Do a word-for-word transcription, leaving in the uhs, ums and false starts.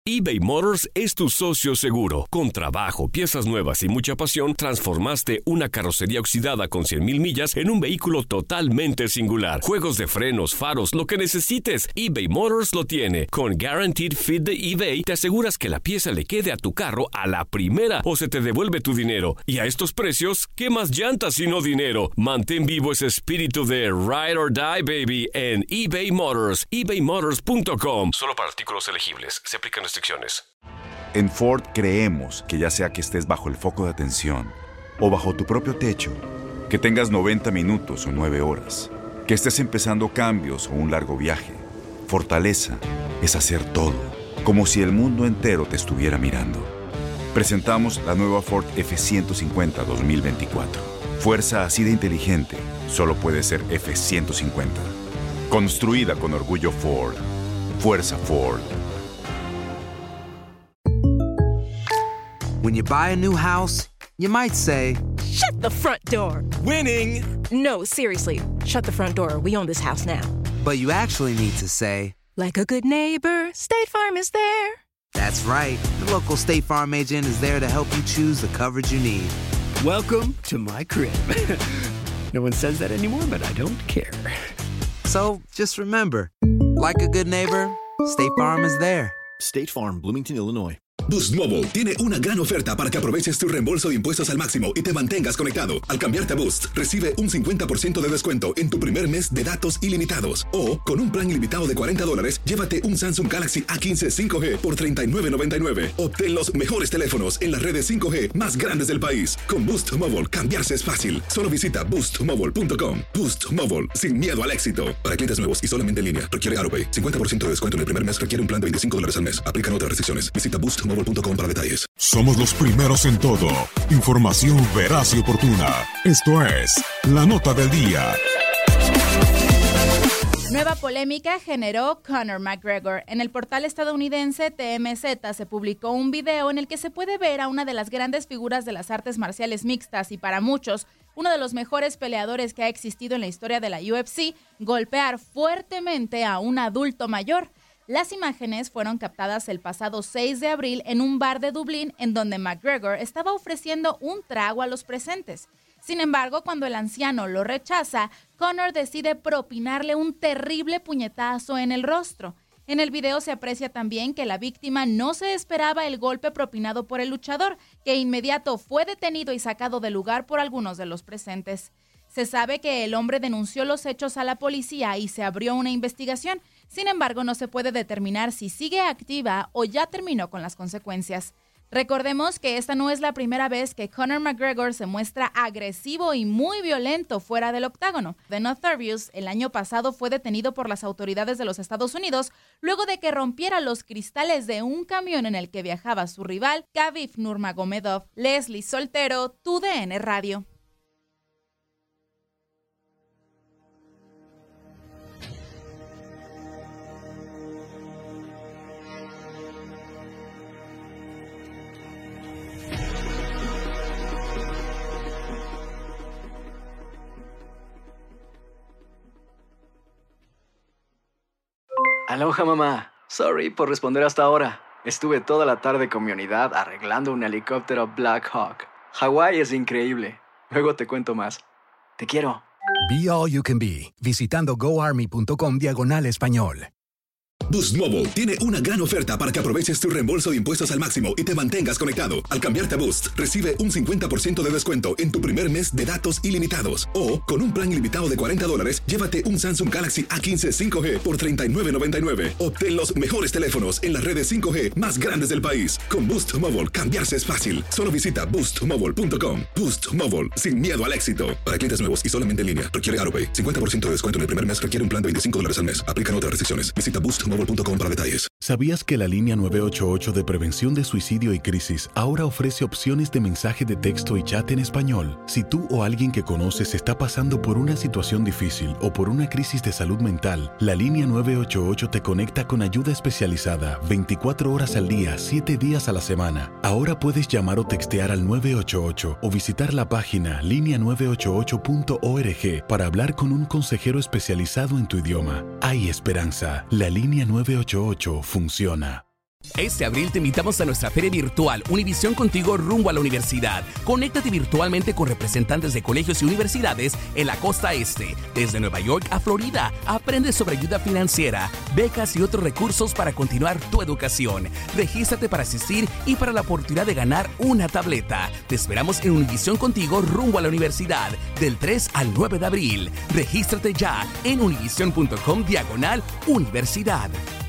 eBay Motors es tu socio seguro. Con trabajo, piezas nuevas y mucha pasión, transformaste una carrocería oxidada con cien mil millas en un vehículo totalmente singular. Juegos de frenos, faros, lo que necesites, eBay Motors lo tiene. Con Guaranteed Fit de eBay, te aseguras que la pieza le quede a tu carro a la primera o se te devuelve tu dinero. Y a estos precios, ¿qué más llantas sino dinero? Mantén vivo ese espíritu de Ride or Die, baby, en eBay Motors. ebay motors punto com. Solo para artículos elegibles. Se aplican restricciones. En Ford creemos que ya sea que estés bajo el foco de atención o bajo tu propio techo, que tengas noventa minutos o nueve horas, que estés empezando cambios o un largo viaje, fortaleza es hacer todo, como si el mundo entero te estuviera mirando. Presentamos la nueva Ford F ciento cincuenta dos mil veinticuatro. Fuerza así de inteligente solo puede ser F ciento cincuenta. Construida con orgullo Ford. Fuerza Ford. When you buy a new house, you might say, "Shut the front door!" Winning! No, seriously, shut the front door. We own this house now. But you actually need to say, "Like a good neighbor, State Farm is there." That's right. The local State Farm agent is there to help you choose the coverage you need. Welcome to my crib. No one says that anymore, but I don't care. So just remember, like a good neighbor, State Farm is there. State Farm, Bloomington, Illinois. Boost Mobile tiene una gran oferta para que aproveches tu reembolso de impuestos al máximo y te mantengas conectado. Al cambiarte a Boost, recibe un cincuenta por ciento de descuento en tu primer mes de datos ilimitados. O, con un plan ilimitado de cuarenta dólares, llévate un Samsung Galaxy A quince cinco G por treinta y nueve noventa y nueve. Obtén los mejores teléfonos en las redes cinco G más grandes del país. Con Boost Mobile, cambiarse es fácil. Solo visita boost mobile punto com. Boost Mobile, sin miedo al éxito. Para clientes nuevos y solamente en línea, requiere AutoPay. cincuenta por ciento de descuento en el primer mes, requiere un plan de veinticinco dólares al mes. Aplican otras restricciones. Visita boost mobile punto com para detalles. Somos los primeros en todo. Información veraz y oportuna. Esto es La Nota del Día. Nueva polémica generó Conor McGregor. En el portal estadounidense T M Z se publicó un video en el que se puede ver a una de las grandes figuras de las artes marciales mixtas y para muchos uno de los mejores peleadores que ha existido en la historia de la U F C golpear fuertemente a un adulto mayor. Las imágenes fueron captadas el pasado seis de abril en un bar de Dublín en donde McGregor estaba ofreciendo un trago a los presentes. Sin embargo, cuando el anciano lo rechaza, Conor decide propinarle un terrible puñetazo en el rostro. En el video se aprecia también que la víctima no se esperaba el golpe propinado por el luchador, que inmediato fue detenido y sacado del lugar por algunos de los presentes. Se sabe que el hombre denunció los hechos a la policía y se abrió una investigación. Sin embargo, no se puede determinar si sigue activa o ya terminó con las consecuencias. Recordemos que esta no es la primera vez que Conor McGregor se muestra agresivo y muy violento fuera del octágono. The Notorious el año pasado fue detenido por las autoridades de los Estados Unidos luego de que rompiera los cristales de un camión en el que viajaba su rival, Khabib Nurmagomedov. Leslie Soltero, Tu D N Radio. Aloha, mamá. Sorry por responder hasta ahora. Estuve toda la tarde con mi unidad arreglando un helicóptero Black Hawk. Hawái es increíble. Luego te cuento más. Te quiero. Be All You Can Be, visitando goarmy.com diagonal español. Boost Mobile tiene una gran oferta para que aproveches tu reembolso de impuestos al máximo y te mantengas conectado. Al cambiarte a Boost, recibe un cincuenta por ciento de descuento en tu primer mes de datos ilimitados. O, con un plan ilimitado de cuarenta dólares, llévate un Samsung Galaxy A quince cinco G por treinta y nueve noventa y nueve. Obtén los mejores teléfonos en las redes cinco G más grandes del país. Con Boost Mobile, cambiarse es fácil. Solo visita boost mobile punto com. Boost Mobile, sin miedo al éxito. Para clientes nuevos y solamente en línea, requiere AutoPay. cincuenta por ciento de descuento en el primer mes, requiere un plan de veinticinco dólares al mes. Aplican otras restricciones. Visita boost mobile punto com para detalles. ¿Sabías que la línea nueve ocho ocho de prevención de suicidio y crisis ahora ofrece opciones de mensaje de texto y chat en español? Si tú o alguien que conoces está pasando por una situación difícil o por una crisis de salud mental, la línea nueve ocho ocho te conecta con ayuda especializada veinticuatro horas al día, siete días a la semana. Ahora puedes llamar o textear al nueve ocho ocho o visitar la página línea nueve ocho ocho punto org para hablar con un consejero especializado en tu idioma. Hay esperanza. La línea nueve ocho ocho funciona. Este abril te invitamos a nuestra feria virtual Univisión Contigo rumbo a la universidad. Conéctate virtualmente con representantes de colegios y universidades en la costa este, desde Nueva York a Florida. Aprende sobre ayuda financiera, becas y otros recursos para continuar tu educación. Regístrate para asistir y para la oportunidad de ganar una tableta. Te esperamos en Univisión Contigo rumbo a la universidad del tres al nueve de abril. Regístrate ya en univision punto com diagonal universidad.